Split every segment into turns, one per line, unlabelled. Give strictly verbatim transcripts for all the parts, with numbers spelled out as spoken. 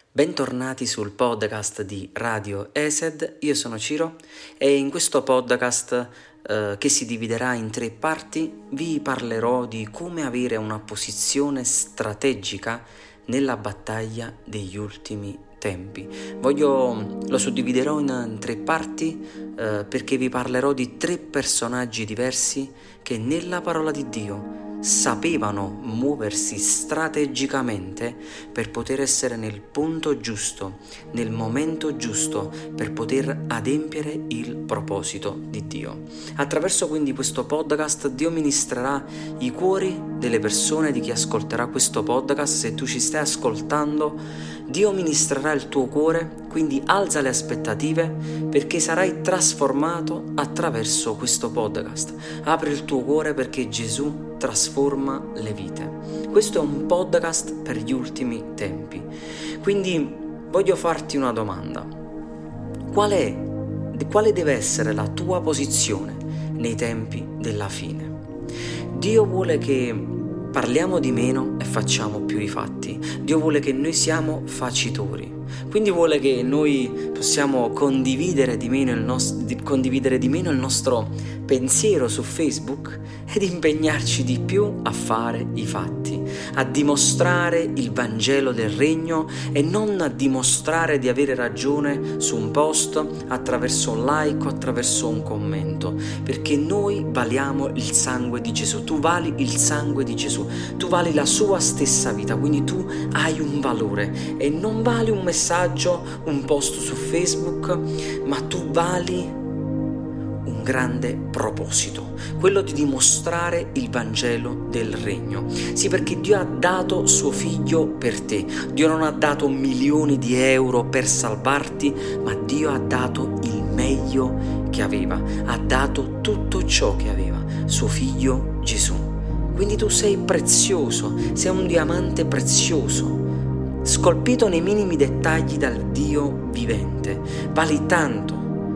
Bentornati sul podcast di Radio Esed, io sono Ciro e in questo podcast eh, che si dividerà in tre parti vi parlerò di come avere una posizione strategica nella battaglia degli ultimi tempi. Voglio, lo suddividerò in, in tre parti eh, perché vi parlerò di tre personaggi diversi che nella parola di Dio sapevano muoversi strategicamente per poter essere nel punto giusto, nel momento giusto, per poter adempiere il proposito di Dio. Attraverso quindi questo podcast Dio ministrerà i cuori delle persone, di chi ascolterà questo podcast. Se tu ci stai ascoltando, Dio ministrerà il tuo cuore, quindi alza le aspettative perché sarai trasformato attraverso questo podcast. Apri il tuo cuore perché Gesù trasforma le vite. Questo è un podcast per gli ultimi tempi. Quindi voglio farti una domanda. Qual è, quale deve essere la tua posizione nei tempi della fine? Dio vuole che parliamo di meno e facciamo più i fatti. Dio vuole che noi siamo facitori. Quindi vuole che noi possiamo condividere di meno il nostro, condividere di meno il nostro pensiero su Facebook ed impegnarci di più a fare i fatti, a dimostrare il Vangelo del Regno e non a dimostrare di avere ragione su un post attraverso un like o attraverso un commento, perché noi valiamo il sangue di Gesù. Tu vali il sangue di Gesù, tu vali la sua stessa vita, quindi tu hai un valore e non vali un messaggio, un post su Facebook, ma tu vali un grande proposito, quello di dimostrare il Vangelo del Regno. Sì, perché Dio ha dato suo figlio per te. Dio non ha dato milioni di euro per salvarti, ma Dio ha dato il meglio che aveva, ha dato tutto ciò che aveva, suo figlio Gesù. Quindi tu sei prezioso, sei un diamante prezioso, scolpito nei minimi dettagli dal Dio vivente. Vali tanto.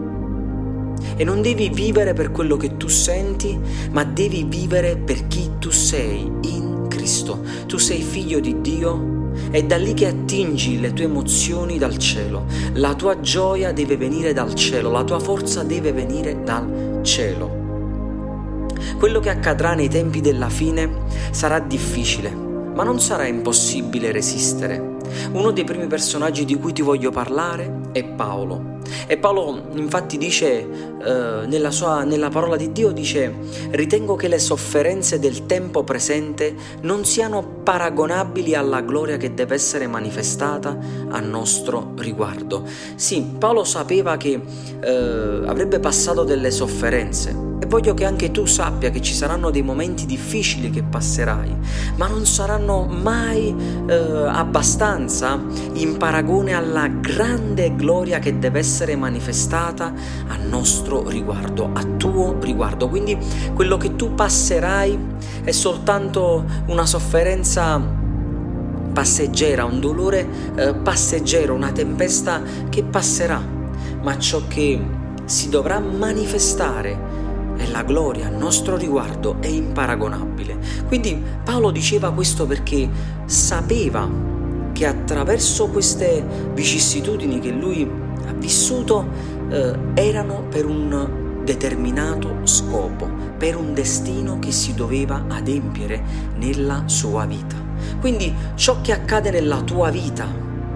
E non devi vivere per quello che tu senti, ma devi vivere per chi tu sei in Cristo. Tu sei figlio di Dio, è da lì che attingi le tue emozioni dal cielo. La tua gioia deve venire dal cielo, la tua forza deve venire dal cielo. Quello che accadrà nei tempi della fine sarà difficile, ma non sarà impossibile resistere. Uno dei primi personaggi di cui ti voglio parlare è Paolo. E Paolo infatti dice, eh, nella sua, nella parola di Dio dice: ritengo che le sofferenze del tempo presente non siano paragonabili alla gloria che deve essere manifestata a nostro riguardo. Sì, Paolo sapeva che eh, avrebbe passato delle sofferenze. E voglio che anche tu sappia che ci saranno dei momenti difficili che passerai, ma non saranno mai eh, abbastanza in paragone alla grande gloria che deve essere manifestata a nostro riguardo, a tuo riguardo. Quindi quello che tu passerai è soltanto una sofferenza passeggera, un dolore eh, passeggero, una tempesta che passerà, ma ciò che si dovrà manifestare e la gloria a nostro riguardo è imparagonabile. Quindi Paolo diceva questo perché sapeva che attraverso queste vicissitudini che lui ha vissuto eh, erano per un determinato scopo, per un destino che si doveva adempiere nella sua vita. Quindi ciò che accade nella tua vita,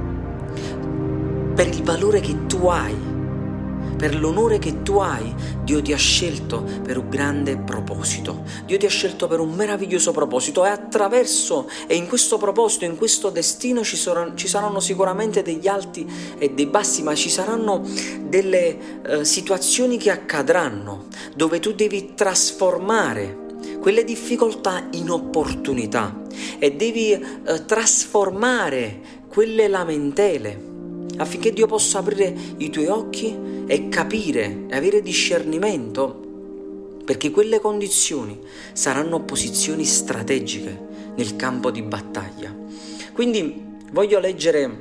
per il valore che tu hai, per l'onore che tu hai, Dio ti ha scelto per un grande proposito. Dio ti ha scelto per un meraviglioso proposito e attraverso e in questo proposito, in questo destino ci saranno, ci saranno sicuramente degli alti e dei bassi, ma ci saranno delle eh, situazioni che accadranno dove tu devi trasformare quelle difficoltà in opportunità e devi eh, trasformare quelle lamentele affinché Dio possa aprire i tuoi occhi e capire e avere discernimento, perché quelle condizioni saranno posizioni strategiche nel campo di battaglia. Quindi voglio leggere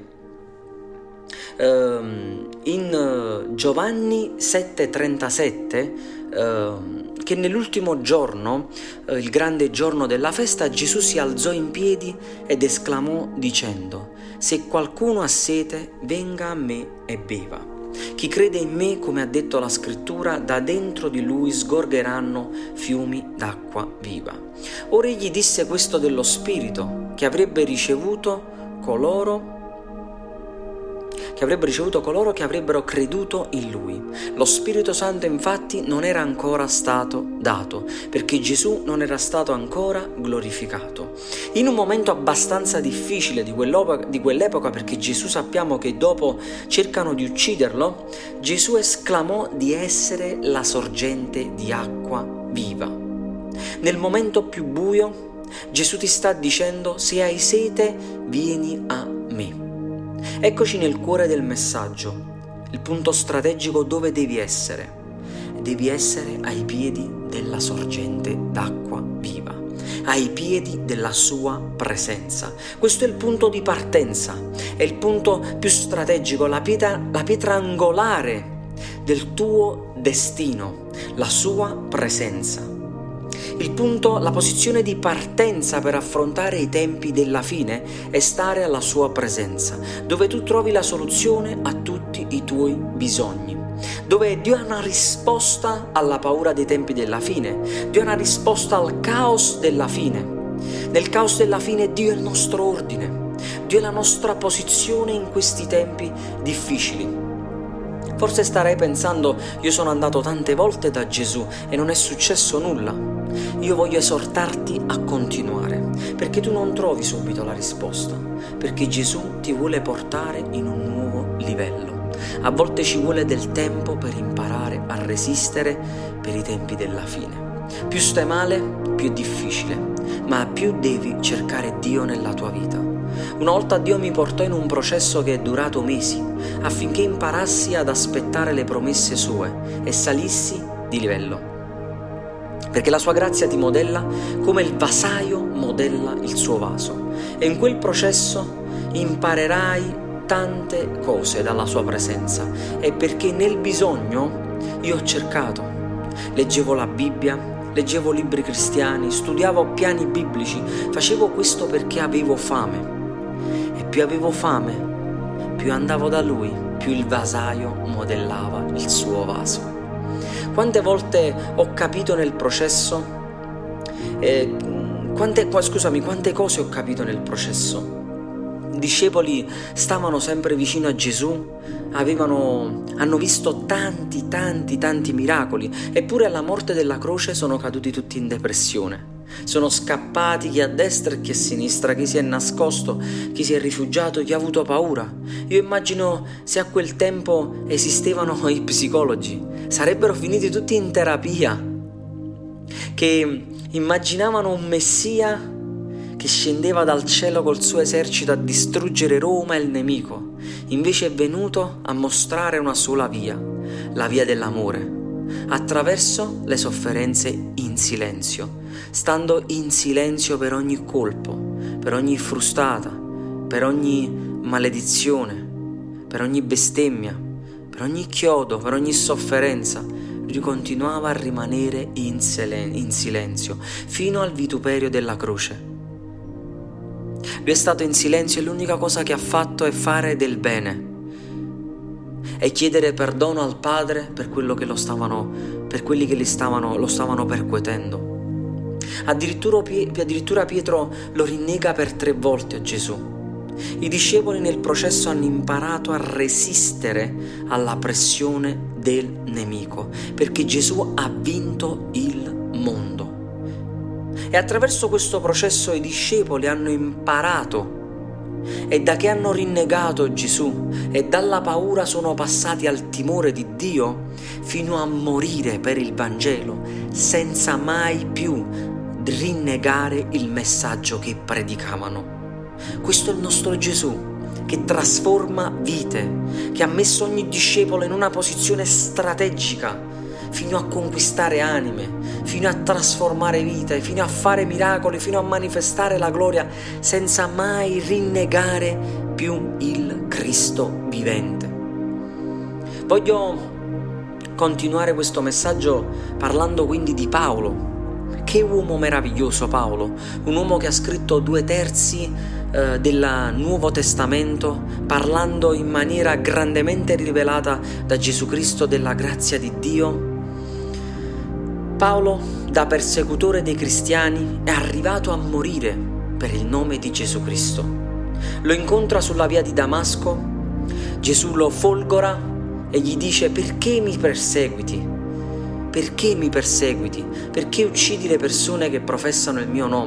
ehm, in Giovanni sette trentasette ehm, che nell'ultimo giorno, il grande giorno della festa, Gesù si alzò in piedi ed esclamò dicendo: se qualcuno ha sete, venga a me e beva. Chi crede in me, come ha detto la scrittura, da dentro di lui sgorgeranno fiumi d'acqua viva. Ora egli disse questo dello Spirito che avrebbe ricevuto coloro che avrebbero ricevuto coloro che avrebbero creduto in lui. Lo Spirito Santo infatti non era ancora stato dato, perché Gesù non era stato ancora glorificato. In un momento abbastanza difficile di quell'epoca, di quell'epoca perché Gesù sappiamo che dopo cercano di ucciderlo, Gesù esclamò di essere la sorgente di acqua viva. Nel momento più buio, Gesù ti sta dicendo: se hai sete, vieni a me. Eccoci nel cuore del messaggio, il punto strategico dove devi essere. Devi essere ai piedi della sorgente d'acqua viva, ai piedi della sua presenza. Questo è il punto di partenza, è il punto più strategico, la pietra, la pietra angolare del tuo destino, la sua presenza. Il punto, la posizione di partenza per affrontare i tempi della fine è stare alla sua presenza, dove tu trovi la soluzione a tutti i tuoi bisogni, dove Dio ha una risposta alla paura dei tempi della fine, Dio ha una risposta al caos della fine. Nel caos della fine Dio è il nostro ordine, Dio è la nostra posizione in questi tempi difficili. Forse starei pensando: io sono andato tante volte da Gesù e non è successo nulla. Io voglio esortarti a continuare, perché tu non trovi subito la risposta, perché Gesù ti vuole portare in un nuovo livello. A volte ci vuole del tempo per imparare a resistere per i tempi della fine. Più stai male, più è difficile, ma più devi cercare Dio nella tua vita. Una volta Dio mi portò in un processo che è durato mesi, affinché imparassi ad aspettare le promesse sue e salissi di livello. Perché la sua grazia ti modella come il vasaio modella il suo vaso. E in quel processo imparerai tante cose dalla sua presenza. E perché nel bisogno io ho cercato. Leggevo la Bibbia, leggevo libri cristiani, studiavo piani biblici. Facevo questo perché avevo fame. E più avevo fame, più andavo da lui, più il vasaio modellava il suo vaso. Quante volte ho capito nel processo, eh, quante, scusami, quante cose ho capito nel processo. I discepoli stavano sempre vicino a Gesù, avevano, hanno visto tanti, tanti, tanti miracoli, eppure alla morte della croce sono caduti tutti in depressione. Sono scappati chi a destra e chi a sinistra, chi si è nascosto, chi si è rifugiato, chi ha avuto paura. Io immagino se a quel tempo esistevano i psicologi, sarebbero finiti tutti in terapia, che immaginavano un Messia che scendeva dal cielo col suo esercito a distruggere Roma e il nemico. Invece è venuto a mostrare una sola via, la via dell'amore, attraverso le sofferenze in silenzio, stando in silenzio per ogni colpo, per ogni frustata, per ogni maledizione, per ogni bestemmia, per ogni chiodo, per ogni sofferenza. Lui continuava a rimanere in silenzio fino al vituperio della croce. Lui è stato in silenzio e l'unica cosa che ha fatto è fare del bene e chiedere perdono al Padre per quello che lo stavano, per quelli che li stavano, lo stavano percuotendo. Addirittura, addirittura Pietro lo rinnega per tre volte a Gesù. I discepoli nel processo hanno imparato a resistere alla pressione del nemico, perché Gesù ha vinto il mondo. E attraverso questo processo i discepoli hanno imparato, e da che hanno rinnegato Gesù e dalla paura sono passati al timore di Dio, fino a morire per il Vangelo, senza mai più rinnegare il messaggio che predicavano. Questo è il nostro Gesù, che trasforma vite, che ha messo ogni discepolo in una posizione strategica, fino a conquistare anime, fino a trasformare vite, fino a fare miracoli, fino a manifestare la gloria, senza mai rinnegare più il Cristo vivente. Voglio continuare questo messaggio parlando quindi di Paolo. Che uomo meraviglioso Paolo, un uomo che ha scritto due terzi eh, del Nuovo Testamento, parlando in maniera grandemente rivelata da Gesù Cristo della grazia di Dio, Paolo, da persecutore dei cristiani, è arrivato a morire per il nome di Gesù Cristo. Lo incontra sulla via di Damasco, Gesù lo folgora e gli dice: perché mi perseguiti? Perché mi perseguiti? Perché uccidi le persone che professano il mio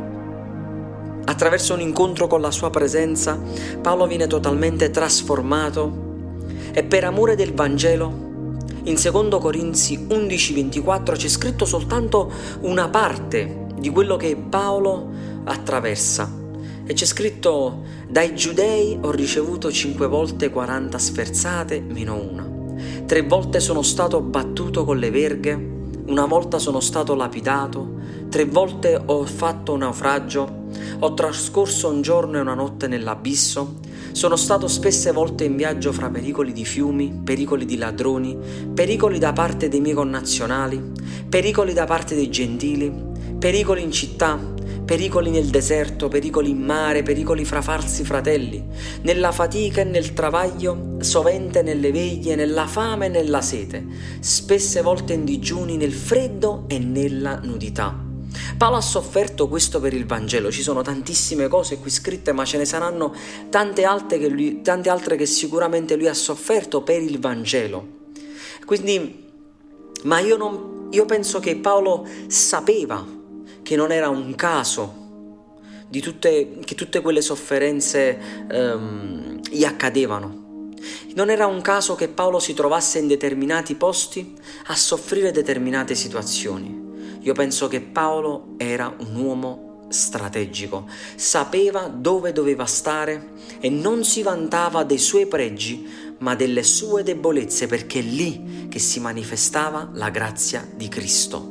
nome? Attraverso un incontro con la sua presenza, Paolo viene totalmente trasformato e per amore del Vangelo, in secondo Corinzi undici ventiquattro c'è scritto soltanto una parte di quello che Paolo attraversa. E c'è scritto: dai giudei ho ricevuto cinque volte quaranta sferzate meno una. Tre volte sono stato battuto con le verghe, una volta sono stato lapidato, tre volte ho fatto un naufragio, ho trascorso un giorno e una notte nell'abisso, sono stato spesse volte in viaggio fra pericoli di fiumi, pericoli di ladroni, pericoli da parte dei miei connazionali, pericoli da parte dei gentili, pericoli in città, pericoli nel deserto, pericoli in mare, pericoli fra falsi fratelli, nella fatica e nel travaglio, sovente nelle veglie, nella fame e nella sete, spesse volte in digiuni, nel freddo e nella nudità. Paolo ha sofferto questo per il Vangelo. Ci sono tantissime cose qui scritte, ma ce ne saranno tante altre che, lui, tante altre che sicuramente lui ha sofferto per il Vangelo. Quindi, ma io, non, io penso che Paolo sapeva che non era un caso di tutte, che tutte quelle sofferenze ehm, gli accadevano. Non era un caso che Paolo si trovasse in determinati posti a soffrire determinate situazioni. Io penso che Paolo era un uomo strategico, sapeva dove doveva stare e non si vantava dei suoi pregi, ma delle sue debolezze, perché è lì che si manifestava la grazia di Cristo.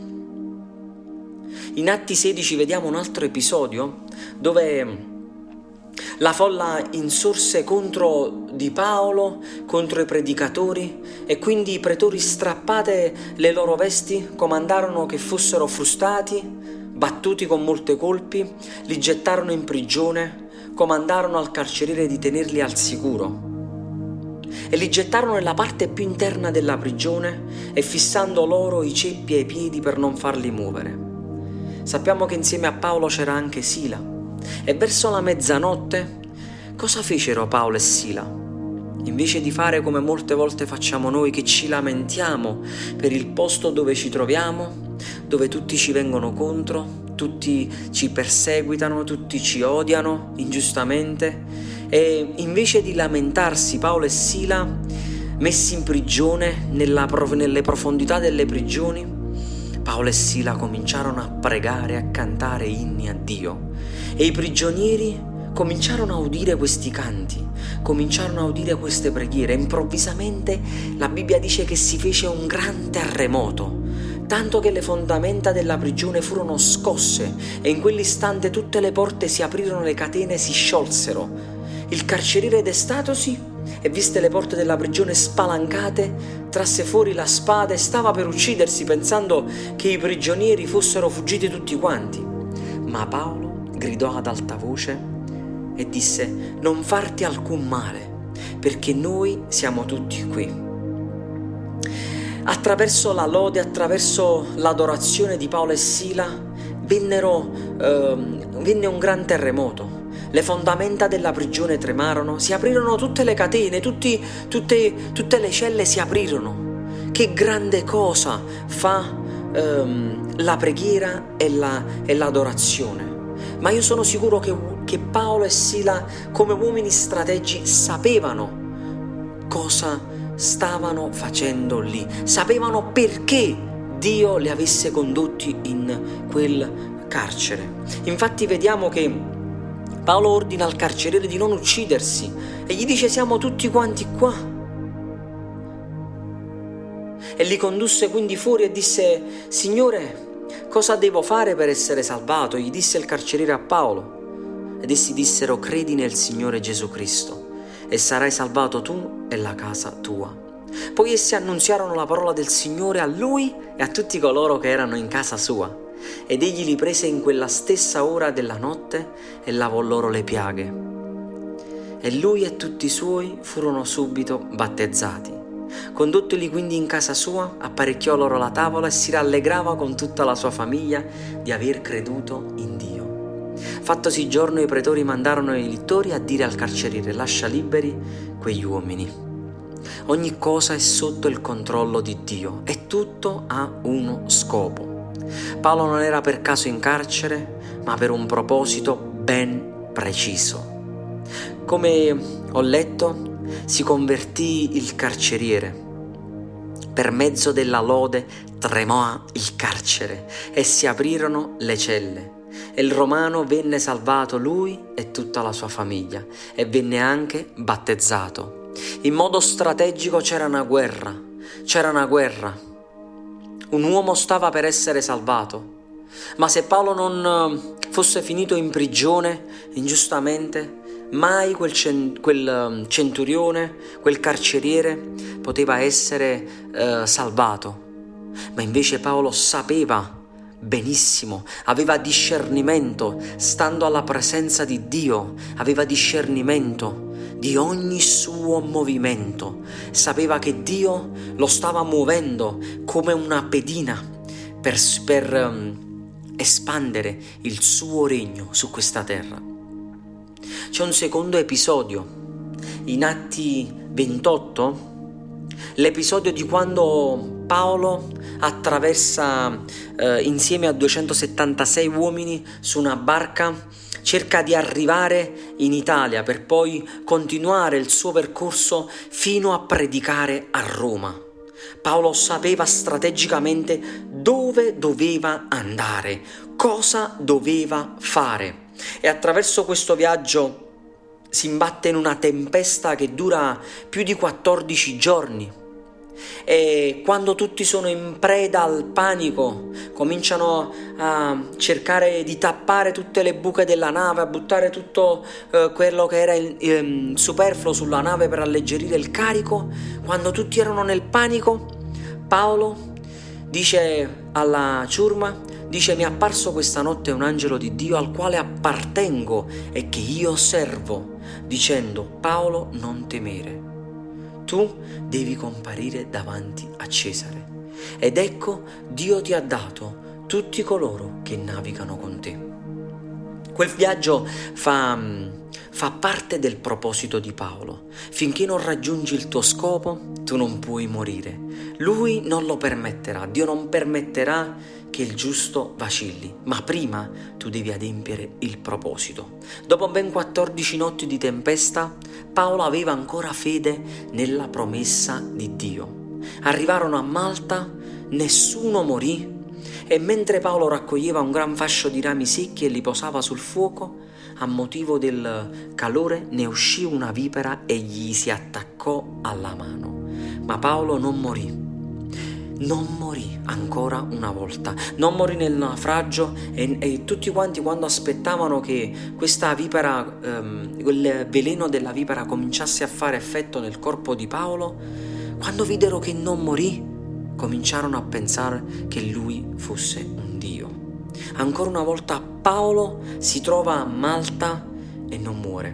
In Atti sedici vediamo un altro episodio dove la folla insorse contro di Paolo, contro i predicatori, e quindi i pretori, strappate le loro vesti, comandarono che fossero frustati, battuti con molte colpi, li gettarono in prigione, comandarono al carceriere di tenerli al sicuro e li gettarono nella parte più interna della prigione e fissando loro i ceppi ai piedi per non farli muovere. Sappiamo che insieme a Paolo c'era anche Sila. E verso la mezzanotte cosa fecero Paolo e Sila? Invece di fare come molte volte facciamo noi, che ci lamentiamo per il posto dove ci troviamo, dove tutti ci vengono contro, tutti ci perseguitano, tutti ci odiano ingiustamente, e invece di lamentarsi, Paolo e Sila, messi in prigione, nella, nelle profondità delle prigioni, Paolo e Sila cominciarono a pregare, a cantare inni a Dio. E i prigionieri cominciarono a udire questi canti, cominciarono a udire queste preghiere. Improvvisamente la Bibbia dice che si fece un gran terremoto, tanto che le fondamenta della prigione furono scosse e in quell'istante tutte le porte si aprirono, le catene si sciolsero. Il carceriere, destatosi e viste le porte della prigione spalancate, trasse fuori la spada e stava per uccidersi, pensando che i prigionieri fossero fuggiti tutti quanti. Ma Paolo gridò ad alta voce e disse: non farti alcun male, perché noi siamo tutti qui. Attraverso la lode, attraverso l'adorazione di Paolo e Sila, vennero, eh, venne un gran terremoto. Le fondamenta della prigione tremarono, si aprirono tutte le catene, tutti, tutte, tutte le celle si aprirono. Che grande cosa fa ehm, la preghiera e, la, e l'adorazione. Ma io sono sicuro che, che Paolo e Sila, come uomini strategi, sapevano cosa stavano facendo lì, sapevano perché Dio li avesse condotti in quel carcere. Infatti vediamo che Paolo ordina al carceriere di non uccidersi e gli dice: siamo tutti quanti qua. E li condusse quindi fuori e disse: Signore, cosa devo fare per essere salvato? Gli disse il carceriere a Paolo. Ed essi dissero: credi nel Signore Gesù Cristo e sarai salvato tu e la casa tua. Poi essi annunziarono la parola del Signore a lui e a tutti coloro che erano in casa sua. ed egli li prese in quella stessa ora della notte e lavò loro le piaghe. E lui e tutti i suoi furono subito battezzati. Condottoli quindi in casa sua, apparecchiò loro la tavola e si rallegrava con tutta la sua famiglia di aver creduto in Dio. Fattosi giorno, i pretori mandarono i lettori a dire al carceriere: lascia liberi quegli uomini. Ogni cosa è sotto il controllo di Dio e tutto ha uno scopo. Paolo non era per caso in carcere, ma per un proposito ben preciso. Come ho letto, si convertì il carceriere. Per mezzo della lode tremò il carcere e si aprirono le celle. E il romano venne salvato, lui e tutta la sua famiglia, e venne anche battezzato. In modo strategico c'era una guerra, c'era una guerra. Un uomo stava per essere salvato, ma se Paolo non fosse finito in prigione ingiustamente, mai quel, cent- quel centurione, quel carceriere poteva essere eh, salvato. Ma invece Paolo sapeva benissimo, aveva discernimento, stando alla presenza di Dio, aveva discernimento di ogni suo movimento, sapeva che Dio lo stava muovendo come una pedina per, per um, espandere il suo regno su questa terra. C'è un secondo episodio, in Atti ventotto, l'episodio di quando Paolo attraversa eh, insieme a duecentosettantasei uomini su una barca, cerca di arrivare in Italia per poi continuare il suo percorso fino a predicare a Roma. Paolo sapeva strategicamente dove doveva andare, cosa doveva fare, e attraverso questo viaggio si imbatte in una tempesta che dura più di quattordici giorni. E quando tutti sono in preda al panico, cominciano a cercare di tappare tutte le buche della nave, a buttare tutto eh, quello che era il, il superfluo sulla nave per alleggerire il carico. Quando tutti erano nel panico, Paolo dice alla ciurma, dice: mi è apparso questa notte un angelo di Dio al quale appartengo e che io servo, dicendo: Paolo, non temere, tu devi comparire davanti a Cesare, ed ecco Dio ti ha dato tutti coloro che navigano con te. Quel viaggio fa, fa parte del proposito di Paolo. Finché non raggiungi il tuo scopo, tu non puoi morire. Lui non lo permetterà, Dio non permetterà che il giusto vacilli, ma prima tu devi adempiere il proposito. Dopo ben quattordici notti di tempesta, Paolo aveva ancora fede nella promessa di Dio. Arrivarono a Malta, nessuno morì, e mentre Paolo raccoglieva un gran fascio di rami secchi e li posava sul fuoco, a motivo del calore ne uscì una vipera e gli si attaccò alla mano. Ma Paolo non morì. Non morì ancora una volta, non morì nel naufragio, e, e tutti quanti, quando aspettavano che questa vipera, ehm, il veleno della vipera cominciasse a fare effetto nel corpo di Paolo, quando videro che non morì, cominciarono a pensare che lui fosse un dio. Ancora una volta Paolo si trova a Malta e non muore.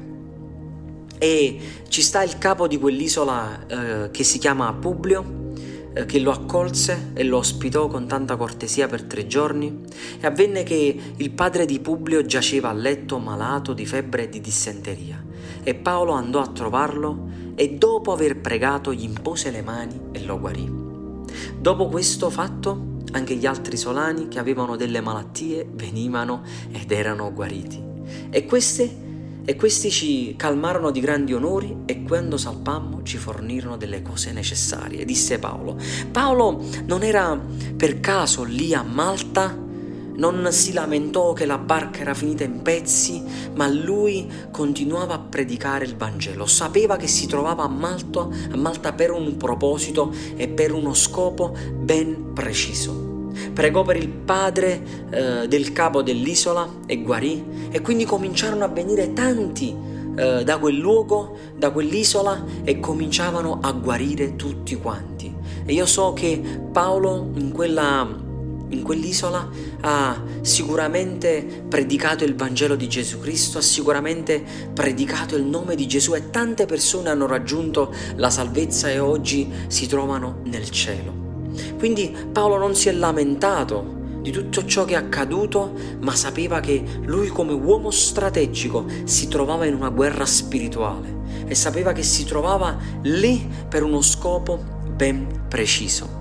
E ci sta il capo di quell'isola eh, che si chiama Publio, che lo accolse e lo ospitò con tanta cortesia per tre giorni, e avvenne che il padre di Publio giaceva a letto malato di febbre e di dissenteria, e Paolo andò a trovarlo e dopo aver pregato gli impose le mani e lo guarì. Dopo questo fatto anche gli altri isolani che avevano delle malattie venivano ed erano guariti, e queste E questi ci calmarono di grandi onori, e quando salpammo ci fornirono delle cose necessarie, disse Paolo. Paolo non era per caso lì a Malta, non si lamentò che la barca era finita in pezzi, ma lui continuava a predicare il Vangelo. Sapeva che si trovava a Malta, a Malta per un proposito e per uno scopo ben preciso. Pregò per il padre eh, del capo dell'isola e guarì, e quindi cominciarono a venire tanti eh, da quel luogo, da quell'isola, e cominciavano a guarire tutti quanti. E io so che Paolo in quella in quell'isola ha sicuramente predicato il Vangelo di Gesù Cristo, ha sicuramente predicato il nome di Gesù e tante persone hanno raggiunto la salvezza e oggi si trovano nel cielo. Quindi Paolo non si è lamentato di tutto ciò che è accaduto, ma sapeva che lui come uomo strategico si trovava in una guerra spirituale e sapeva che si trovava lì per uno scopo ben preciso.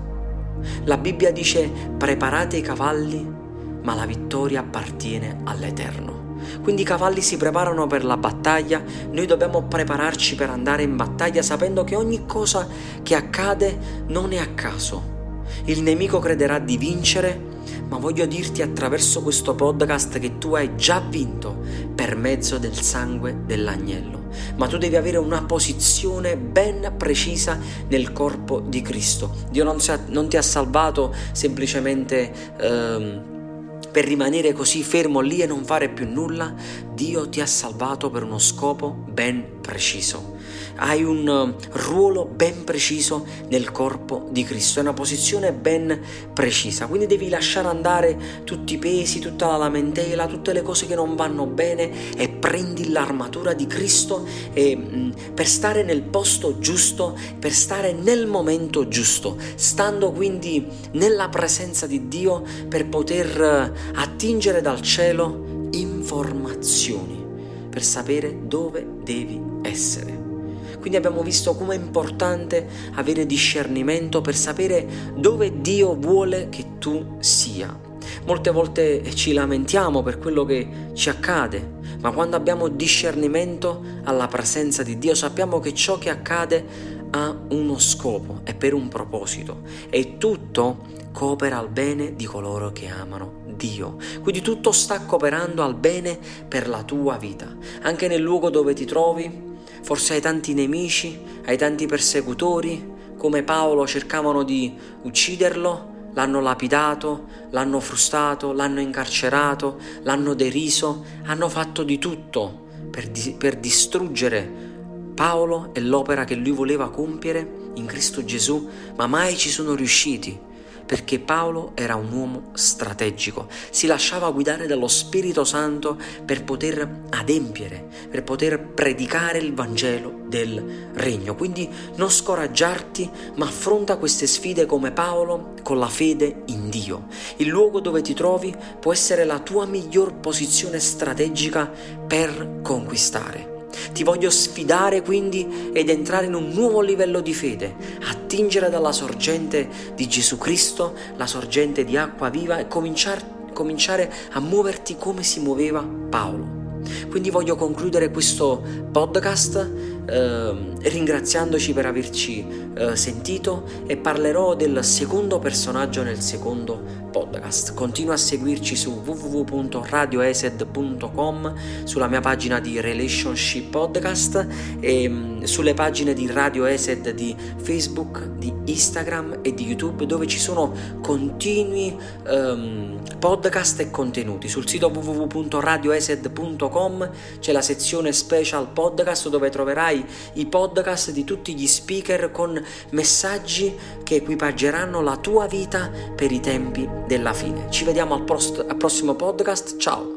La Bibbia dice: preparate i cavalli, ma la vittoria appartiene all'Eterno. Quindi i cavalli si preparano per la battaglia, noi dobbiamo prepararci per andare in battaglia sapendo che ogni cosa che accade non è a caso. Il nemico crederà di vincere, ma voglio dirti attraverso questo podcast che tu hai già vinto per mezzo del sangue dell'agnello. Ma tu devi avere una posizione ben precisa nel corpo di Cristo. Dio non, si, non ti ha salvato semplicemente ehm, per rimanere così fermo lì e non fare più nulla. Dio ti ha salvato per uno scopo ben preciso. Hai un ruolo ben preciso nel corpo di Cristo, è una posizione ben precisa, quindi devi lasciare andare tutti i pesi, tutta la lamentela, tutte le cose che non vanno bene e prendi l'armatura di Cristo e, mh, per stare nel posto giusto, per stare nel momento giusto, stando quindi nella presenza di Dio per poter attingere dal cielo informazioni, per sapere dove devi essere. Quindi abbiamo visto come è importante avere discernimento per sapere dove Dio vuole che tu sia. Molte volte ci lamentiamo per quello che ci accade, ma quando abbiamo discernimento alla presenza di Dio sappiamo che ciò che accade ha uno scopo e per un proposito e tutto coopera al bene di coloro che amano Dio. Quindi tutto sta cooperando al bene per la tua vita, anche nel luogo dove ti trovi. Forse hai tanti nemici, hai tanti persecutori, come Paolo cercavano di ucciderlo, l'hanno lapidato, l'hanno frustato, l'hanno incarcerato, l'hanno deriso, hanno fatto di tutto per, di- per distruggere Paolo e l'opera che lui voleva compiere in Cristo Gesù, ma mai ci sono riusciti. Perché Paolo era un uomo strategico, si lasciava guidare dallo Spirito Santo per poter adempiere, per poter predicare il Vangelo del Regno. Quindi non scoraggiarti, ma affronta queste sfide come Paolo con la fede in Dio. Il luogo dove ti trovi può essere la tua miglior posizione strategica per conquistare. Ti voglio sfidare quindi ed entrare in un nuovo livello di fede, attingere dalla sorgente di Gesù Cristo, la sorgente di acqua viva e cominciare, cominciare a muoverti come si muoveva Paolo. Quindi voglio concludere questo podcast eh, ringraziandoci per averci eh, sentito e parlerò del secondo personaggio nel secondo podcast. Continua a seguirci su w w w punto radio esed punto com, sulla mia pagina di Relationship Podcast e mh, sulle pagine di Radio Esed di Facebook, di Instagram e di YouTube, dove ci sono continui um, podcast e contenuti. Sul sito w w w punto radio esed punto com c'è la sezione special podcast dove troverai i podcast di tutti gli speaker con messaggi che equipaggeranno la tua vita per i tempi della fine. Ci vediamo al, prost- al prossimo podcast, ciao!